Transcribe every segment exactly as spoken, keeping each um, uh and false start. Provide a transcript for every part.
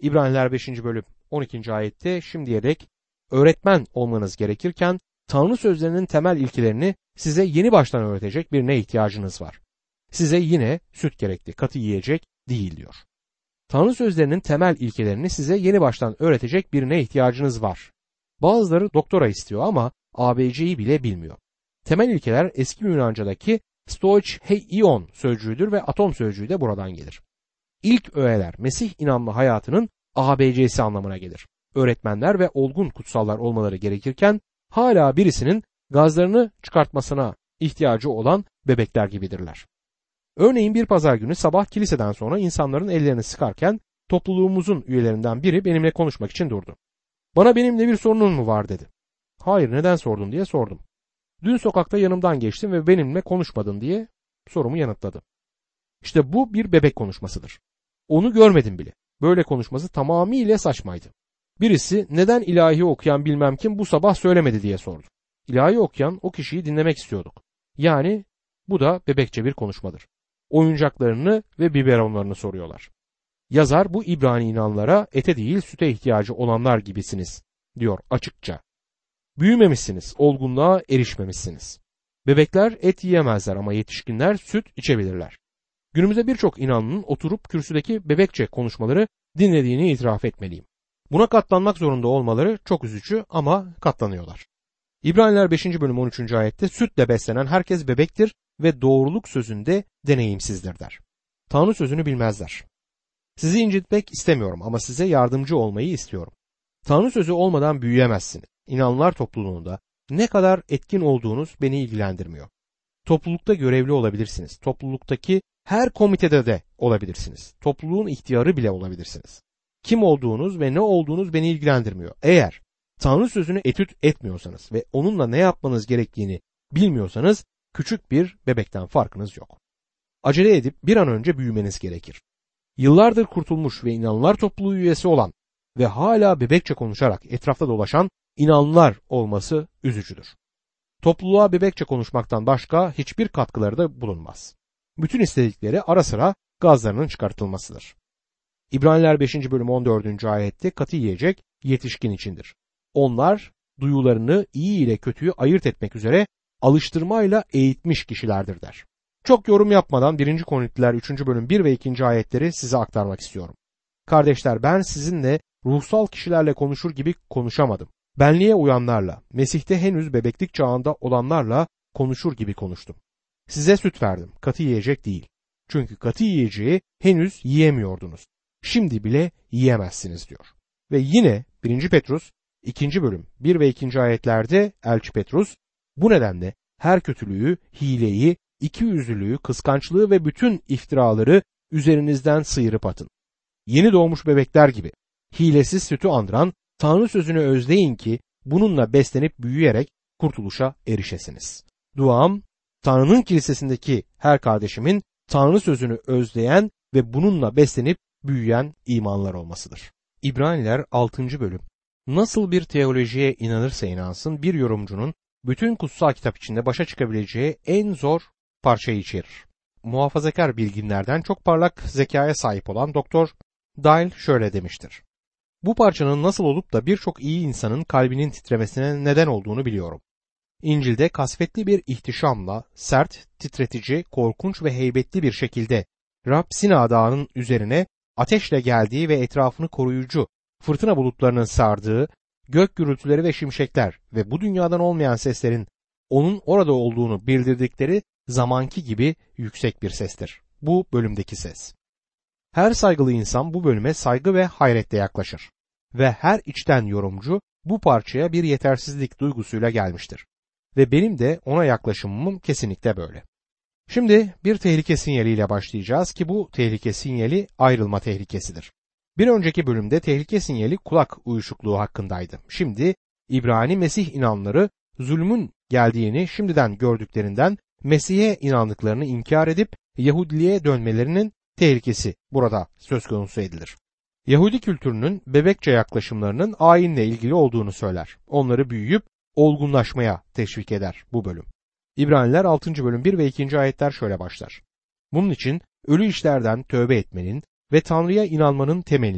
İbraniler beşinci bölüm on ikinci ayette şimdiye dek öğretmen olmanız gerekirken Tanrı sözlerinin temel ilkelerini size yeni baştan öğretecek birine ihtiyacınız var. Size yine süt gerekli, katı yiyecek değil diyor. Tanrı sözlerinin temel ilkelerini size yeni baştan öğretecek birine ihtiyacınız var. Bazıları doktora istiyor ama A B C'yi bile bilmiyor. Temel ilkeler eski Yunanca'daki stoicheion sözcüğüdür ve atom sözcüğü de buradan gelir. İlk öğeler Mesih inanma hayatının A B C'si anlamına gelir. Öğretmenler ve olgun kutsallar olmaları gerekirken hala birisinin gazlarını çıkartmasına ihtiyacı olan bebekler gibidirler. Örneğin bir pazar günü sabah kiliseden sonra insanların ellerini sıkarken topluluğumuzun üyelerinden biri benimle konuşmak için durdu. Bana benimle bir sorunun mu var dedi. Hayır, neden sordun diye sordum. Dün sokakta yanımdan geçtin ve benimle konuşmadın diye sorumu yanıtladı. İşte bu bir bebek konuşmasıdır. Onu görmedim bile. Böyle konuşması tamamıyla saçmaydı. Birisi neden ilahi okuyan bilmem kim bu sabah söylemedi diye sordu. İlahi okuyan o kişiyi dinlemek istiyorduk. Yani bu da bebekçe bir konuşmadır. Oyuncaklarını ve biberonlarını soruyorlar. Yazar bu İbrani inanlara ete değil süte ihtiyacı olanlar gibisiniz diyor açıkça. Büyümemişsiniz, olgunluğa erişmemişsiniz. Bebekler et yiyemezler ama yetişkinler süt içebilirler. Günümüzde birçok inanlının oturup kürsüdeki bebekçe konuşmaları dinlediğini itiraf etmeliyim. Buna katlanmak zorunda olmaları çok üzücü ama katlanıyorlar. İbraniler beşinci bölüm on üçüncü ayette sütle beslenen herkes bebektir ve doğruluk sözünde deneyimsizdir der. Tanrı sözünü bilmezler. Sizi incitmek istemiyorum ama size yardımcı olmayı istiyorum. Tanrı sözü olmadan büyüyemezsiniz. İnanlar topluluğunda ne kadar etkin olduğunuz beni ilgilendirmiyor. Toplulukta görevli olabilirsiniz. Topluluktaki her komitede de olabilirsiniz. Topluluğun ihtiyarı bile olabilirsiniz. Kim olduğunuz ve ne olduğunuz beni ilgilendirmiyor. Eğer Tanrı sözünü etüt etmiyorsanız ve onunla ne yapmanız gerektiğini bilmiyorsanız küçük bir bebekten farkınız yok. Acele edip bir an önce büyümeniz gerekir. Yıllardır kurtulmuş ve inanlar topluluğu üyesi olan ve hala bebekçe konuşarak etrafta dolaşan inanlar olması üzücüdür. Topluluğa bebekçe konuşmaktan başka hiçbir katkıları da bulunmaz. Bütün istedikleri ara sıra gazlarının çıkartılmasıdır. İbraniler beşinci bölüm on dördüncü ayette katı yiyecek yetişkin içindir. Onlar duyularını iyi ile kötüyü ayırt etmek üzere alıştırmayla eğitmiş kişilerdir der. Çok yorum yapmadan birinci Korintiler üçüncü bölüm bir ve ikinci ayetleri size aktarmak istiyorum. Kardeşler, ben sizinle ruhsal kişilerle konuşur gibi konuşamadım. Benliğe uyanlarla, Mesih'te henüz bebeklik çağında olanlarla konuşur gibi konuştum. Size süt verdim, katı yiyecek değil. Çünkü katı yiyeceği henüz yiyemiyordunuz. Şimdi bile yiyemezsiniz diyor. Ve yine birinci Petrus ikinci bölüm bir ve ikinci ayetlerde Elçi Petrus bu nedenle her kötülüğü, hileyi, ikiyüzlülüğü, kıskançlığı ve bütün iftiraları üzerinizden sıyırıp atın. Yeni doğmuş bebekler gibi hilesiz sütü andıran Tanrı sözünü özleyin ki bununla beslenip büyüyerek kurtuluşa erişesiniz. Duam, Tanrı'nın kilisesindeki her kardeşimin Tanrı sözünü özleyen ve bununla beslenip büyüyen imanlar olmasıdır. İbraniler altıncı bölüm. Nasıl bir teolojiye inanırsa inansın bir yorumcunun bütün kutsal kitap içinde başa çıkabileceği en zor parçayı içerir. Muhafazakar bilginlerden çok parlak zekaya sahip olan Doktor Dyle şöyle demiştir. Bu parçanın nasıl olup da birçok iyi insanın kalbinin titremesine neden olduğunu biliyorum. İncil'de kasvetli bir ihtişamla, sert, titretici, korkunç ve heybetli bir şekilde Rab Sina Dağı'nın üzerine ateşle geldiği ve etrafını koruyucu fırtına bulutlarının sardığı, gök gürültüleri ve şimşekler ve bu dünyadan olmayan seslerin onun orada olduğunu bildirdikleri zamanki gibi yüksek bir sestir. Bu bölümdeki ses. Her saygılı insan bu bölüme saygı ve hayretle yaklaşır. Ve her içten yorumcu bu parçaya bir yetersizlik duygusuyla gelmiştir. Ve benim de ona yaklaşımım kesinlikle böyle. Şimdi bir tehlike sinyaliyle başlayacağız ki bu tehlike sinyali ayrılma tehlikesidir. Bir önceki bölümde tehlike sinyali kulak uyuşukluğu hakkındaydı. Şimdi İbrani Mesih inanları zulmün geldiğini şimdiden gördüklerinden Mesih'e inandıklarını inkar edip Yahudiliğe dönmelerinin tehlikesi burada söz konusu edilir. Yahudi kültürünün bebekçe yaklaşımlarının ayinle ilgili olduğunu söyler. Onları büyüyüp olgunlaşmaya teşvik eder bu bölüm. İbraniler altıncı bölüm bir ve ikinci ayetler şöyle başlar. Bunun için ölü işlerden tövbe etmenin ve Tanrı'ya inanmanın temelini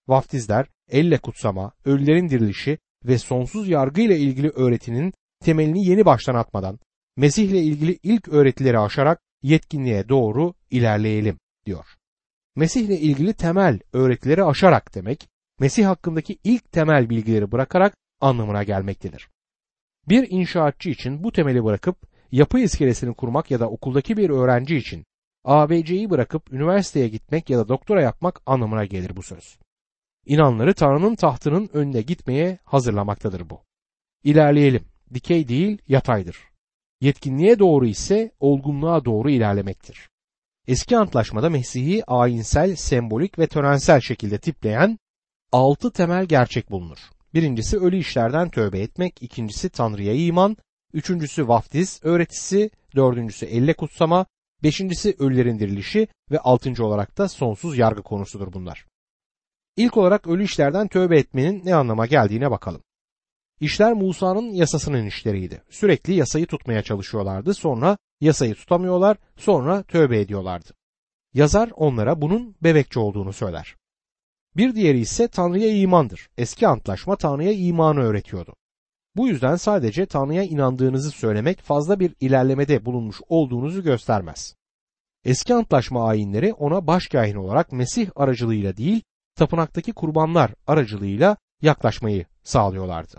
vaftizler, elle kutsama, ölülerin dirilişi ve sonsuz yargı ile ilgili öğretinin temelini yeni baştan atmadan, Mesih ile ilgili ilk öğretileri aşarak yetkinliğe doğru ilerleyelim diyor. Mesih ile ilgili temel öğretileri aşarak demek, Mesih hakkındaki ilk temel bilgileri bırakarak anlamına gelmektedir. Bir inşaatçı için bu temeli bırakıp yapı iskelesini kurmak ya da okuldaki bir öğrenci için A B C'yi bırakıp üniversiteye gitmek ya da doktora yapmak anlamına gelir bu söz. İnanları Tanrı'nın tahtının önüne gitmeye hazırlamaktadır bu. İlerleyelim. Dikey değil, yataydır. Yetkinliğe doğru ise olgunluğa doğru ilerlemektir. Eski Antlaşmada Mesih'i ayinsel, sembolik ve törensel şekilde tipleyen altı temel gerçek bulunur. Birincisi ölü işlerden tövbe etmek, ikincisi Tanrı'ya iman, üçüncüsü vaftiz öğretisi, dördüncüsü elle kutsama, beşincisi ölülerin dirilişi ve altıncı olarak da sonsuz yargı konusudur bunlar. İlk olarak ölü işlerden tövbe etmenin ne anlama geldiğine bakalım. İşler Musa'nın yasasının işleriydi. Sürekli yasayı tutmaya çalışıyorlardı, sonra yasayı tutamıyorlar, sonra tövbe ediyorlardı. Yazar onlara bunun bebekçe olduğunu söyler. Bir diğeri ise Tanrı'ya imandır. Eski Antlaşma Tanrı'ya imanı öğretiyordu. Bu yüzden sadece Tanrı'ya inandığınızı söylemek fazla bir ilerlemede bulunmuş olduğunuzu göstermez. Eski Antlaşma ayinleri ona başkâhin olarak Mesih aracılığıyla değil, tapınaktaki kurbanlar aracılığıyla yaklaşmayı sağlıyorlardı.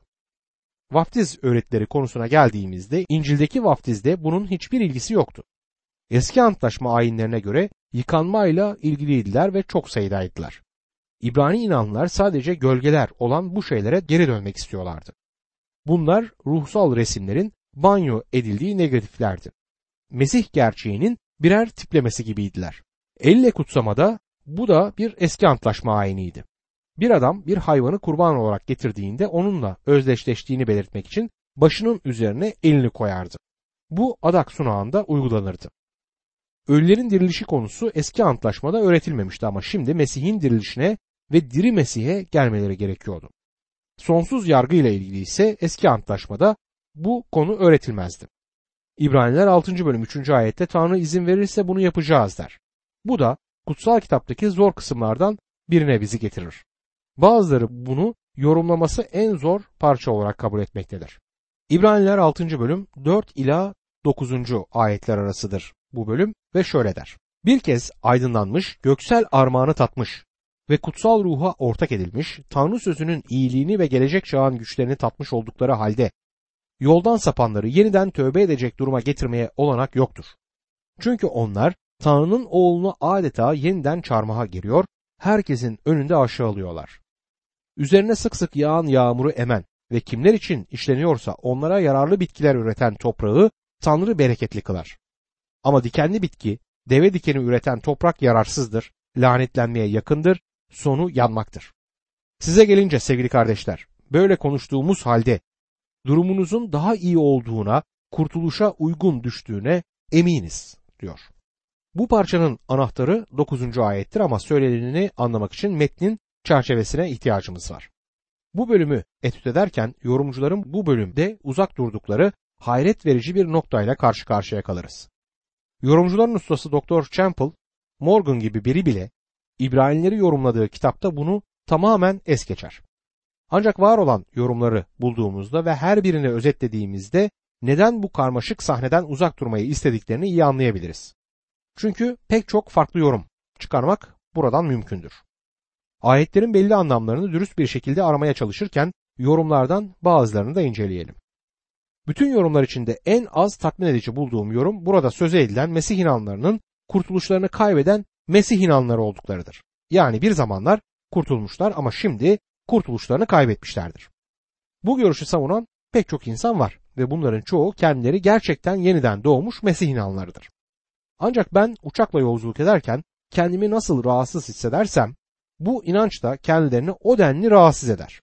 Vaftiz öğretileri konusuna geldiğimizde İncil'deki vaftizde bunun hiçbir ilgisi yoktu. Eski Antlaşma ayinlerine göre yıkanmayla ilgiliydiler ve çok sayıdaydılar. İbrani inanlılar sadece gölgeler olan bu şeylere geri dönmek istiyorlardı. Bunlar ruhsal resimlerin banyo edildiği negatiflerdi. Mesih gerçeğinin birer tiplemesi gibiydiler. Elle kutsamada bu da bir eski antlaşma ayiniydi. Bir adam bir hayvanı kurban olarak getirdiğinde onunla özdeşleştiğini belirtmek için başının üzerine elini koyardı. Bu adak sunağında uygulanırdı. Ölülerin dirilişi konusu eski antlaşmada öğretilmemişti ama şimdi Mesih'in dirilişine ve diri Mesih'e gelmeleri gerekiyordu. Sonsuz yargı ile ilgili ise eski antlaşmada bu konu öğretilmezdi. İbraniler altıncı bölüm üçüncü ayette Tanrı izin verirse bunu yapacağız der. Bu da kutsal kitaptaki zor kısımlardan birine bizi getirir. Bazıları bunu yorumlaması en zor parça olarak kabul etmektedir. İbraniler altıncı bölüm dört ila dokuzuncu ayetler arasıdır bu bölüm ve şöyle der. Bir kez aydınlanmış, göksel armağanı tatmış ve kutsal ruha ortak edilmiş, Tanrı sözünün iyiliğini ve gelecek çağın güçlerini tatmış oldukları halde, yoldan sapanları yeniden tövbe edecek duruma getirmeye olanak yoktur. Çünkü onlar Tanrı'nın oğlunu adeta yeniden çarmıha giriyor, herkesin önünde aşağılıyorlar. Üzerine sık sık yağan yağmuru emen ve kimler için işleniyorsa onlara yararlı bitkiler üreten toprağı Tanrı bereketli kılar. Ama dikenli bitki, deve dikeni üreten toprak yararsızdır, lanetlenmeye yakındır, sonu yanmaktır. Size gelince sevgili kardeşler, böyle konuştuğumuz halde durumunuzun daha iyi olduğuna, kurtuluşa uygun düştüğüne eminiz diyor. Bu parçanın anahtarı dokuzuncu ayettir ama söyleneni anlamak için metnin çerçevesine ihtiyacımız var. Bu bölümü etüt ederken yorumcuların bu bölümde uzak durdukları hayret verici bir noktayla karşı karşıya kalırız. Yorumcuların ustası doktor Campbell, Morgan gibi biri bile İbranileri yorumladığı kitapta bunu tamamen es geçer. Ancak var olan yorumları bulduğumuzda ve her birini özetlediğimizde neden bu karmaşık sahneden uzak durmayı istediklerini iyi anlayabiliriz. Çünkü pek çok farklı yorum çıkarmak buradan mümkündür. Ayetlerin belli anlamlarını dürüst bir şekilde aramaya çalışırken yorumlardan bazılarını da inceleyelim. Bütün yorumlar içinde en az tatmin edici bulduğum yorum burada söze edilen Mesih inanlarının kurtuluşlarını kaybeden Mesih inanları olduklarıdır. Yani bir zamanlar kurtulmuşlar ama şimdi kurtuluşlarını kaybetmişlerdir. Bu görüşü savunan pek çok insan var ve bunların çoğu kendileri gerçekten yeniden doğmuş Mesih inanlarıdır. Ancak ben uçakla yolculuk ederken kendimi nasıl rahatsız hissedersem bu inanç da kendilerini o denli rahatsız eder.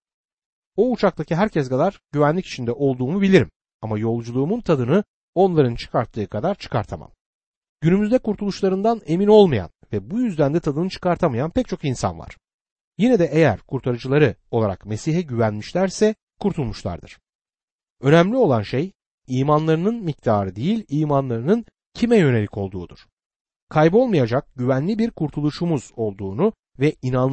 O uçaktaki herkes kadar güvenlik içinde olduğumu bilirim ama yolculuğumun tadını onların çıkarttığı kadar çıkartamam. Günümüzde kurtuluşlarından emin olmayan ve bu yüzden de tadını çıkartamayan pek çok insan var. Yine de eğer kurtarıcıları olarak Mesih'e güvenmişlerse kurtulmuşlardır. Önemli olan şey imanlarının miktarı değil, imanlarının kime yönelik olduğudur. Kaybolmayacak güvenli bir kurtuluşumuz olduğunu ve inanlının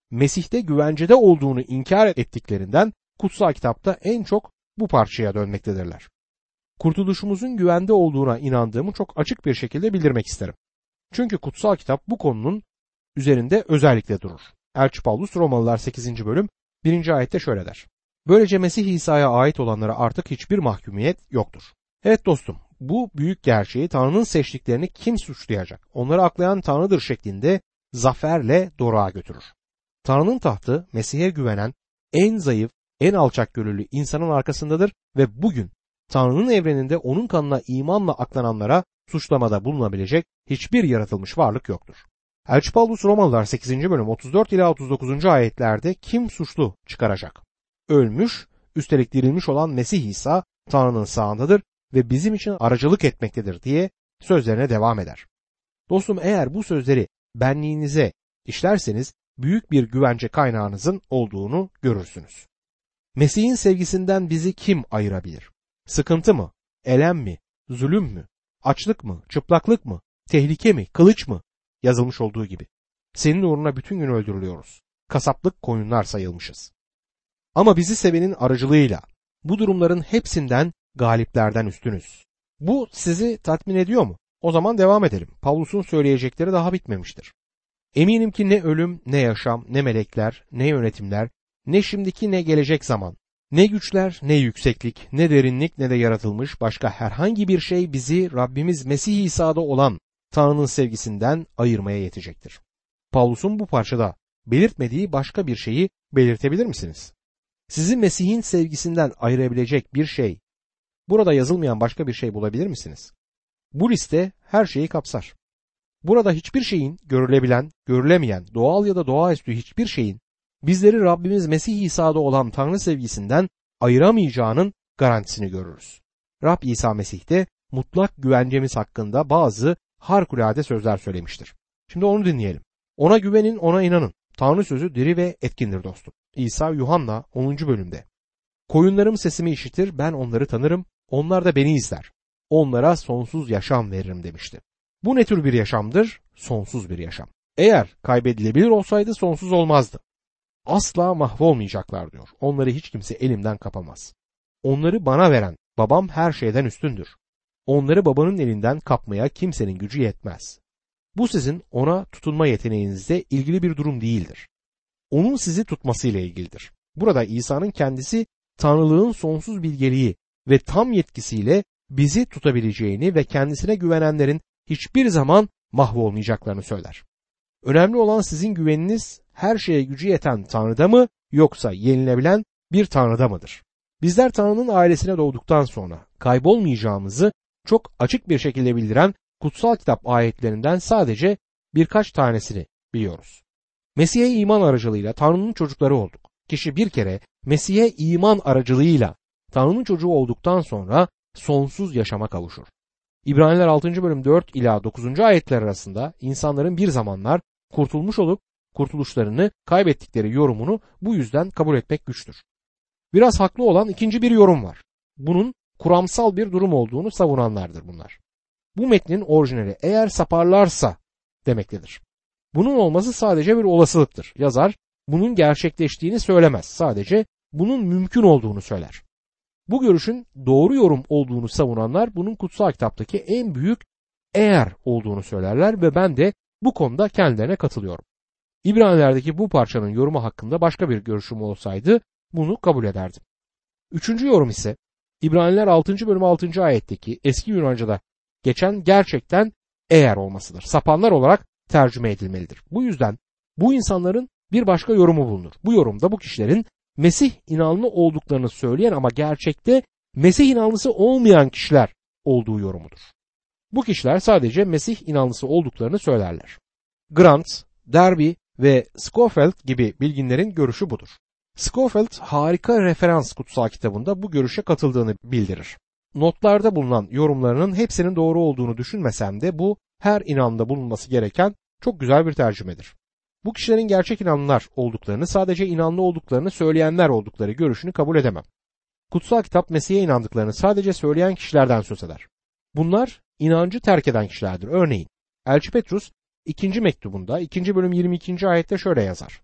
Mesih'te güvencede olduğunu inkar ettiklerinden kutsal kitapta en çok bu parçaya dönmektedirler. Kurtuluşumuzun güvende olduğuna inandığımı çok açık bir şekilde bildirmek isterim. Çünkü kutsal kitap bu konunun üzerinde özellikle durur. Elçi Pavlus Romalılar sekizinci bölüm birinci ayette şöyle der. Böylece Mesih İsa'ya ait olanlara artık hiçbir mahkumiyet yoktur. Evet dostum, bu büyük gerçeği Tanrı'nın seçtiklerini kim suçlayacak? Onları aklayan Tanrı'dır şeklinde zaferle doruğa götürür. Tanrı'nın tahtı Mesih'e güvenen en zayıf, en alçak gönüllü insanın arkasındadır ve bugün Tanrı'nın evreninde onun kanına imanla aklananlara suçlamada bulunabilecek hiçbir yaratılmış varlık yoktur. Elçi Pavlus Romalılar sekizinci bölüm otuz dört ila otuz dokuzuncu ayetlerde kim suçlu çıkaracak? Ölmüş, üstelik dirilmiş olan Mesih İsa Tanrı'nın sağındadır ve bizim için aracılık etmektedir diye sözlerine devam eder. Dostum, eğer bu sözleri benliğinize işlerseniz büyük bir güvence kaynağınızın olduğunu görürsünüz. Mesih'in sevgisinden bizi kim ayırabilir? Sıkıntı mı? Elem mi? Zulüm mü? Açlık mı? Çıplaklık mı? Tehlike mi? Kılıç mı? Yazılmış olduğu gibi. Senin uğruna bütün gün öldürülüyoruz. Kasaplık koyunlar sayılmışız. Ama bizi sevenin aracılığıyla bu durumların hepsinden galiplerden üstünüz. Bu sizi tatmin ediyor mu? O zaman devam edelim. Pavlus'un söyleyecekleri daha bitmemiştir. Eminim ki ne ölüm, ne yaşam, ne melekler, ne yönetimler, ne şimdiki ne gelecek zaman, ne güçler, ne yükseklik, ne derinlik, ne de yaratılmış başka herhangi bir şey bizi Rabbimiz Mesih İsa'da olan Tanrı'nın sevgisinden ayırmaya yetecektir. Pavlus'un bu parçada belirtmediği başka bir şeyi belirtebilir misiniz? Sizi Mesih'in sevgisinden ayırabilecek bir şey, burada yazılmayan başka bir şey bulabilir misiniz? Bu liste her şeyi kapsar. Burada hiçbir şeyin görülebilen, görülemeyen, doğal ya da doğaüstü hiçbir şeyin bizleri Rabbimiz Mesih İsa'da olan Tanrı sevgisinden ayıramayacağının garantisini görürüz. Rab İsa Mesih'te mutlak güvencemiz hakkında bazı harikulade sözler söylemiştir. Şimdi onu dinleyelim. Ona güvenin, ona inanın. Tanrı sözü diri ve etkindir dostum. İsa Yuhanna onuncu bölümde. Koyunlarım sesimi işitir, ben onları tanırım, onlar da beni izler. Onlara sonsuz yaşam veririm demişti. Bu ne tür bir yaşamdır? Sonsuz bir yaşam. Eğer kaybedilebilir olsaydı sonsuz olmazdı. Asla mahvolmayacaklar diyor. Onları hiç kimse elimden kapamaz. Onları bana veren babam her şeyden üstündür. Onları babanın elinden kapmaya kimsenin gücü yetmez. Bu sizin ona tutunma yeteneğinizle ilgili bir durum değildir. Onun sizi tutmasıyla ilgilidir. Burada İsa'nın kendisi Tanrılığın sonsuz bilgeliği ve tam yetkisiyle bizi tutabileceğini ve kendisine güvenenlerin hiçbir zaman mahvolmayacaklarını söyler. Önemli olan sizin güveniniz her şeye gücü yeten Tanrı'da mı yoksa yenilebilen bir Tanrı'da mıdır? Bizler Tanrı'nın ailesine doğduktan sonra kaybolmayacağımızı çok açık bir şekilde bildiren kutsal kitap ayetlerinden sadece birkaç tanesini biliyoruz. Mesih'e iman aracılığıyla Tanrı'nın çocukları olduk. Kişi bir kere Mesih'e iman aracılığıyla Tanrı'nın çocuğu olduktan sonra sonsuz yaşama kavuşur. İbraniler altıncı bölüm dört ila dokuzuncu ayetler arasında insanların bir zamanlar kurtulmuş olup kurtuluşlarını kaybettikleri yorumunu bu yüzden kabul etmek güçtür. Biraz haklı olan ikinci bir yorum var. Bunun kuramsal bir durum olduğunu savunanlardır bunlar. Bu metnin orijinali eğer saparlarsa demektedir. Bunun olması sadece bir olasılıktır. Yazar bunun gerçekleştiğini söylemez. Sadece bunun mümkün olduğunu söyler. Bu görüşün doğru yorum olduğunu savunanlar bunun kutsal kitaptaki en büyük eğer olduğunu söylerler ve ben de bu konuda kendilerine katılıyorum. İbraniler'deki bu parçanın yorumu hakkında başka bir görüşüm olsaydı bunu kabul ederdim. Üçüncü yorum ise İbraniler altıncı bölüm altıncı ayetteki eski Yunanca'da geçen gerçekten eğer olmasıdır. Sapanlar olarak tercüme edilmelidir. Bu yüzden bu insanların bir başka yorumu bulunur. Bu yorumda bu kişilerin Mesih inanlı olduklarını söyleyen ama gerçekte Mesih inanlısı olmayan kişiler olduğu yorumudur. Bu kişiler sadece Mesih inanlısı olduklarını söylerler. Grant, Derby ve Scofield gibi bilginlerin görüşü budur. Scofield harika referans kutsal kitabında bu görüşe katıldığını bildirir. Notlarda bulunan yorumlarının hepsinin doğru olduğunu düşünmesem de bu her inanımda bulunması gereken çok güzel bir tercümedir. Bu kişilerin gerçek inanlılar olduklarını, sadece inanlı olduklarını söyleyenler oldukları görüşünü kabul edemem. Kutsal kitap Mesih'e inandıklarını sadece söyleyen kişilerden söz eder. Bunlar inancı terk eden kişilerdir. Örneğin Elçi Petrus ikinci mektubunda ikinci bölüm yirmi ikinci ayette şöyle yazar.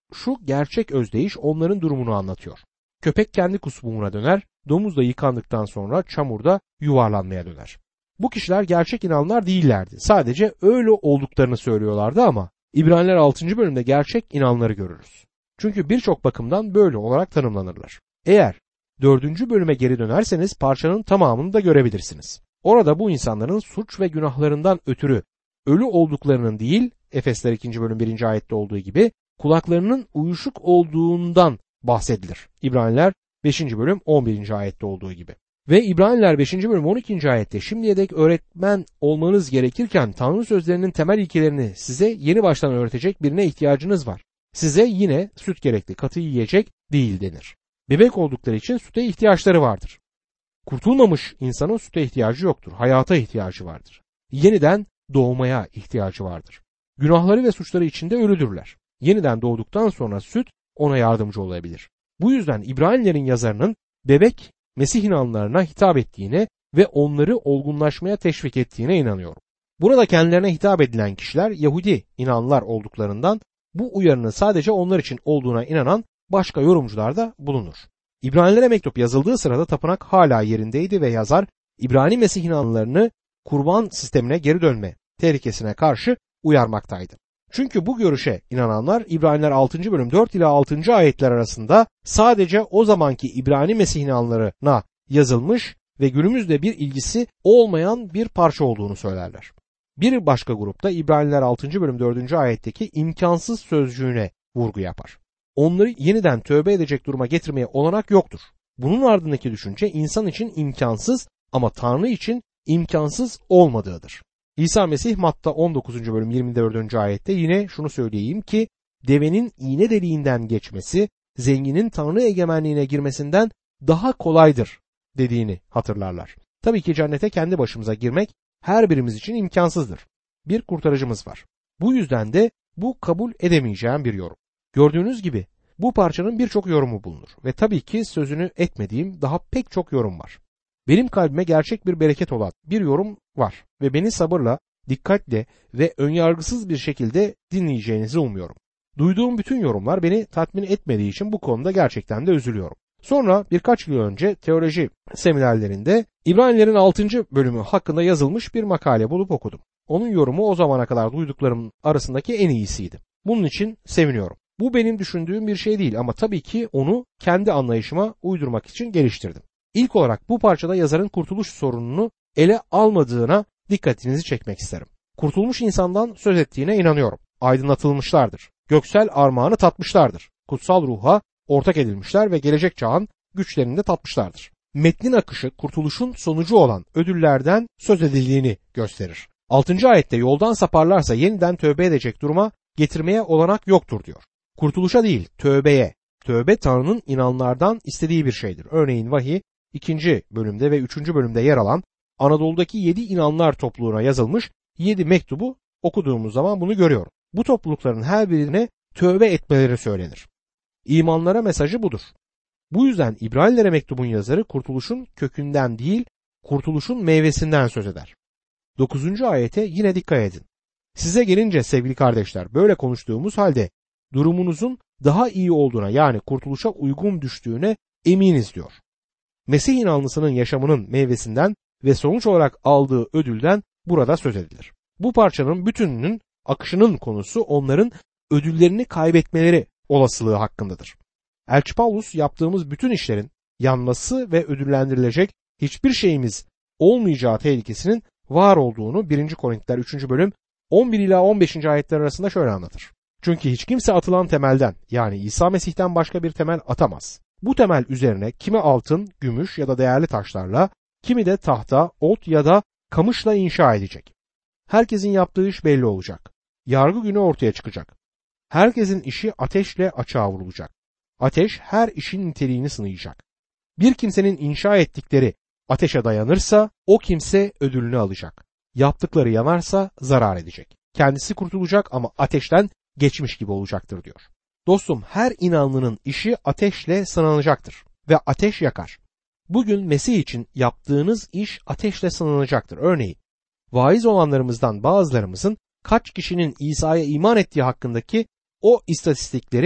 Şu gerçek özdeyiş onların durumunu anlatıyor. Köpek kendi kusmuna döner, domuz da yıkandıktan sonra çamurda yuvarlanmaya döner. Bu kişiler gerçek inananlar değillerdi. Sadece öyle olduklarını söylüyorlardı ama İbraniler altıncı bölümde gerçek inananları görürüz. Çünkü birçok bakımdan böyle olarak tanımlanırlar. Eğer dördüncü bölüme geri dönerseniz parçanın tamamını da görebilirsiniz. Orada bu insanların suç ve günahlarından ötürü ölü olduklarının değil, Efesler ikinci bölüm birinci ayette olduğu gibi kulaklarının uyuşuk olduğundan bahsedilir. İbraniler beşinci bölüm on birinci ayette olduğu gibi. Ve İbraniler beşinci bölüm on ikinci ayette şimdiye dek öğretmen olmanız gerekirken Tanrı sözlerinin temel ilkelerini size yeni baştan öğretecek birine ihtiyacınız var. Size yine süt gerekli, katı yiyecek değil denir. Bebek oldukları için süte ihtiyaçları vardır. Kurtulmamış insanın süte ihtiyacı yoktur. Hayata ihtiyacı vardır. Yeniden doğmaya ihtiyacı vardır. Günahları ve suçları içinde ölüdürler. Yeniden doğduktan sonra süt ona yardımcı olabilir. Bu yüzden İbranilerin yazarının bebek Mesih inanlarına hitap ettiğine ve onları olgunlaşmaya teşvik ettiğine inanıyorum. Burada kendilerine hitap edilen kişiler Yahudi inanlar olduklarından bu uyarının sadece onlar için olduğuna inanan başka yorumcular da bulunur. İbranilere mektup yazıldığı sırada tapınak hala yerindeydi ve yazar İbrani Mesih inanlarını kurban sistemine geri dönme tehlikesine karşı uyarmaktaydı. Çünkü bu görüşe inananlar İbraniler altıncı bölüm dört ila altıncı ayetler arasında sadece o zamanki İbrani Mesih inanlarına yazılmış ve günümüzde bir ilgisi olmayan bir parça olduğunu söylerler. Bir başka grupta İbraniler altıncı bölüm dördüncü ayetteki imkansız sözcüğüne vurgu yapar. Onları yeniden tövbe edecek duruma getirmeye olanak yoktur. Bunun ardındaki düşünce insan için imkansız ama Tanrı için imkansız olmadığıdır. İsa Mesih Matta on dokuzuncu bölüm yirmi dördüncü ayette yine şunu söyleyeyim ki devenin iğne deliğinden geçmesi zenginin Tanrı egemenliğine girmesinden daha kolaydır dediğini hatırlarlar. Tabii ki cennete kendi başımıza girmek her birimiz için imkansızdır. Bir kurtarıcımız var. Bu yüzden de bu kabul edemeyeceğim bir yorum. Gördüğünüz gibi bu parçanın birçok yorumu bulunur ve tabii ki sözünü etmediğim daha pek çok yorum var. Benim kalbime gerçek bir bereket olan bir yorum var ve beni sabırla, dikkatle ve önyargısız bir şekilde dinleyeceğinizi umuyorum. Duyduğum bütün yorumlar beni tatmin etmediği için bu konuda gerçekten de üzülüyorum. Sonra birkaç yıl önce teoloji seminerlerinde İbranilerin altıncı bölümü hakkında yazılmış bir makale bulup okudum. Onun yorumu o zamana kadar duyduklarım arasındaki en iyisiydi. Bunun için seviniyorum. Bu benim düşündüğüm bir şey değil ama tabii ki onu kendi anlayışıma uydurmak için geliştirdim. İlk olarak bu parçada yazarın kurtuluş sorununu ele almadığına dikkatinizi çekmek isterim. Kurtulmuş insandan söz ettiğine inanıyorum. Aydınlatılmışlardır. Göksel armağanı tatmışlardır. Kutsal ruha ortak edilmişler ve gelecek çağın güçlerini de tatmışlardır. Metnin akışı kurtuluşun sonucu olan ödüllerden söz edildiğini gösterir. altıncı ayette yoldan saparlarsa yeniden tövbe edecek duruma getirmeye olanak yoktur diyor. Kurtuluşa değil, tövbeye. Tövbe Tanrı'nın inanlardan istediği bir şeydir. Örneğin vahiy ikinci bölümde ve üçüncü bölümde yer alan Anadolu'daki yedi inanlar topluluğuna yazılmış yedi mektubu okuduğumuz zaman bunu görüyorum. Bu toplulukların her birine tövbe etmeleri söylenir. İmanlara mesajı budur. Bu yüzden İbranilere mektubun yazarı kurtuluşun kökünden değil, kurtuluşun meyvesinden söz eder. dokuzuncu ayete yine dikkat edin. Size gelince sevgili kardeşler, böyle konuştuğumuz halde durumunuzun daha iyi olduğuna, yani kurtuluşa uygun düştüğüne eminiz diyor. Mesih inanlısının yaşamının meyvesinden ve sonuç olarak aldığı ödülden burada söz edilir. Bu parçanın bütününün akışının konusu onların ödüllerini kaybetmeleri olasılığı hakkındadır. Elçi Paulus yaptığımız bütün işlerin yanması ve ödüllendirilecek hiçbir şeyimiz olmayacağı tehlikesinin var olduğunu birinci Korintiler üçüncü bölüm on bir ila on beşinci ayetler arasında şöyle anlatır. Çünkü hiç kimse atılan temelden, yani İsa Mesih'ten başka bir temel atamaz. Bu temel üzerine kimi altın, gümüş ya da değerli taşlarla, kimi de tahta, ot ya da kamışla inşa edecek. Herkesin yaptığı iş belli olacak. Yargı günü ortaya çıkacak. Herkesin işi ateşle açığa vurulacak. Ateş her işin niteliğini sınayacak. Bir kimsenin inşa ettikleri ateşe dayanırsa o kimse ödülünü alacak. Yaptıkları yanarsa zarar edecek. Kendisi kurtulacak ama ateşten geçmiş gibi olacaktır diyor. Dostum, her inanlının işi ateşle sınanacaktır ve ateş yakar. Bugün Mesih için yaptığınız iş ateşle sınanacaktır. Örneğin vaiz olanlarımızdan bazılarımızın kaç kişinin İsa'ya iman ettiği hakkındaki o istatistikleri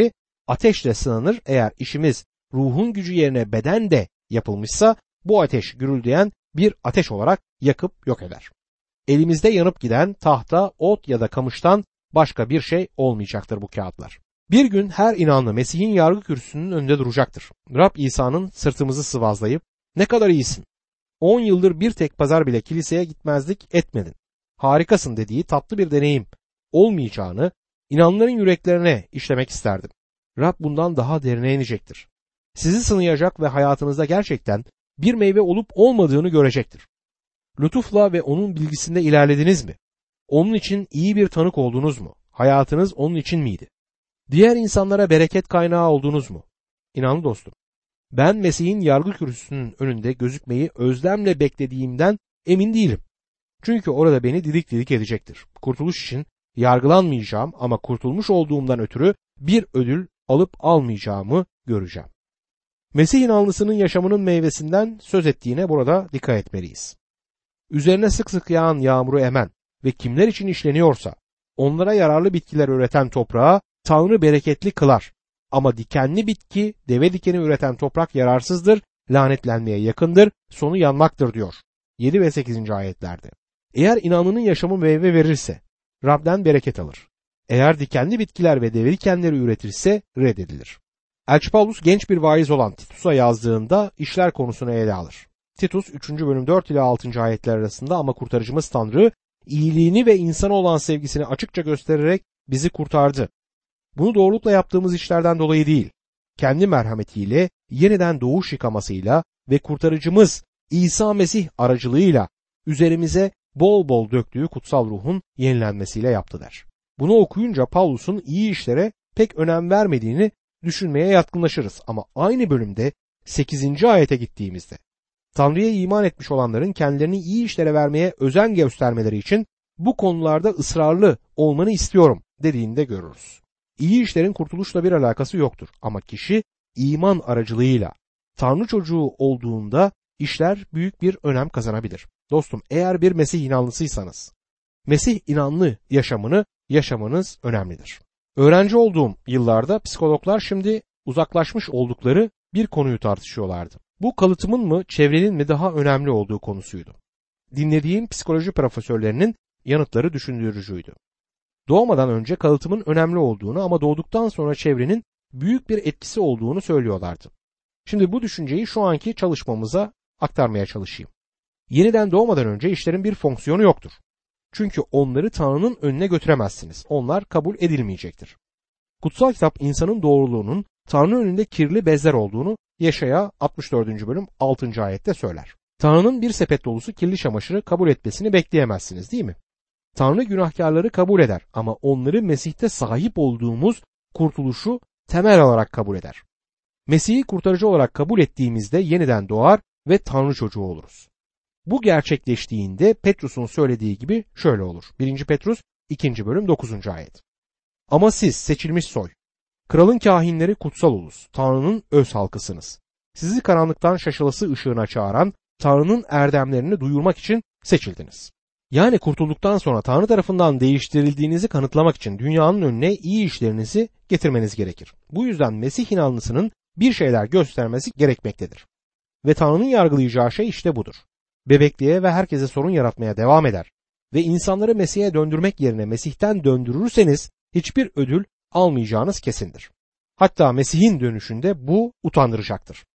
ateşle sınanır. Eğer işimiz ruhun gücü yerine beden de yapılmışsa bu ateş gürüldeyen bir ateş olarak yakıp yok eder. Elimizde yanıp giden tahta, ot ya da kamıştan başka bir şey olmayacaktır bu kağıtlar. Bir gün her inanlı Mesih'in yargı kürsüsünün önünde duracaktır. Rab İsa'nın sırtımızı sıvazlayıp ne kadar iyisin. On yıldır bir tek pazar bile kiliseye gitmezlik etmedin. Harikasın dediği tatlı bir deneyim olmayacağını inanların yüreklerine işlemek isterdim. Rab bundan daha derine inecektir. Sizi sınayacak ve hayatınızda gerçekten bir meyve olup olmadığını görecektir. Lütufla ve onun bilgisinde ilerlediniz mi? Onun için iyi bir tanık oldunuz mu? Hayatınız onun için miydi? Diğer insanlara bereket kaynağı oldunuz mu? İnanlı dostum, ben Mesih'in yargı kürsüsünün önünde gözükmeyi özlemle beklediğimden emin değilim. Çünkü orada beni didik didik edecektir. Kurtuluş için yargılanmayacağım ama kurtulmuş olduğumdan ötürü bir ödül alıp almayacağımı göreceğim. Mesih inanlısının yaşamının meyvesinden söz ettiğine burada dikkat etmeliyiz. Üzerine sık sık yağan yağmuru emen ve kimler için işleniyorsa onlara yararlı bitkiler üreten toprağa Tanrı bereketli kılar. Ama dikenli bitki, deve dikeni üreten toprak yararsızdır, lanetlenmeye yakındır, sonu yanmaktır diyor. yedi ve sekizinci ayetlerde. Eğer inanlının yaşamı meyve verirse Rab'den bereket alır. Eğer dikenli bitkiler ve deve dikenleri üretirse reddedilir. Elçi Paulus genç bir vaiz olan Titus'a yazdığında işler konusunu ele alır. Titus üçüncü bölüm dört ile altıncı ayetler arasında ama kurtarıcımız Tanrı iyiliğini ve insana olan sevgisini açıkça göstererek bizi kurtardı. Bunu doğrulukla yaptığımız işlerden dolayı değil, kendi merhametiyle, yeniden doğuş yıkamasıyla ve kurtarıcımız İsa Mesih aracılığıyla üzerimize bol bol döktüğü kutsal ruhun yenilenmesiyle yaptı der. Bunu okuyunca Paulus'un iyi işlere pek önem vermediğini düşünmeye yatkınlaşırız ama aynı bölümde sekizinci ayete gittiğimizde Tanrı'ya iman etmiş olanların kendilerini iyi işlere vermeye özen göstermeleri için bu konularda ısrarlı olmanı istiyorum dediğinde görürüz. İyi işlerin kurtuluşla bir alakası yoktur ama kişi iman aracılığıyla Tanrı çocuğu olduğunda işler büyük bir önem kazanabilir. Dostum, eğer bir Mesih inanlısıysanız Mesih inanlı yaşamını yaşamanız önemlidir. Öğrenci olduğum yıllarda psikologlar şimdi uzaklaşmış oldukları bir konuyu tartışıyorlardı. Bu kalıtımın mı çevrenin mi daha önemli olduğu konusuydu. Dinlediğim psikoloji profesörlerinin yanıtları düşündürücüydü. Doğmadan önce kalıtımın önemli olduğunu ama doğduktan sonra çevrenin büyük bir etkisi olduğunu söylüyorlardı. Şimdi bu düşünceyi şu anki çalışmamıza aktarmaya çalışayım. Yeniden doğmadan önce işlerin bir fonksiyonu yoktur. Çünkü onları Tanrı'nın önüne götüremezsiniz. Onlar kabul edilmeyecektir. Kutsal kitap insanın doğruluğunun Tanrı önünde kirli bezler olduğunu Yeşaya altmış dördüncü bölüm altıncı ayette söyler. Tanrı'nın bir sepet dolusu kirli çamaşırı kabul etmesini bekleyemezsiniz, değil mi? Tanrı günahkarları kabul eder ama onları Mesih'te sahip olduğumuz kurtuluşu temel olarak kabul eder. Mesih'i kurtarıcı olarak kabul ettiğimizde yeniden doğar ve Tanrı çocuğu oluruz. Bu gerçekleştiğinde Petrus'un söylediği gibi şöyle olur. birinci Petrus ikinci bölüm dokuzuncu ayet. Ama siz seçilmiş soy, kralın kahinleri, kutsal ulus, Tanrı'nın öz halkısınız. Sizi karanlıktan şaşılası ışığına çağıran Tanrı'nın erdemlerini duyurmak için seçildiniz. Yani kurtulduktan sonra Tanrı tarafından değiştirildiğinizi kanıtlamak için dünyanın önüne iyi işlerinizi getirmeniz gerekir. Bu yüzden Mesih inanlısının bir şeyler göstermesi gerekmektedir. Ve Tanrı'nın yargılayacağı şey işte budur. Bebekliğe ve herkese sorun yaratmaya devam eder. Ve insanları Mesih'e döndürmek yerine Mesih'ten döndürürseniz hiçbir ödül almayacağınız kesindir. Hatta Mesih'in dönüşünde bu utandıracaktır.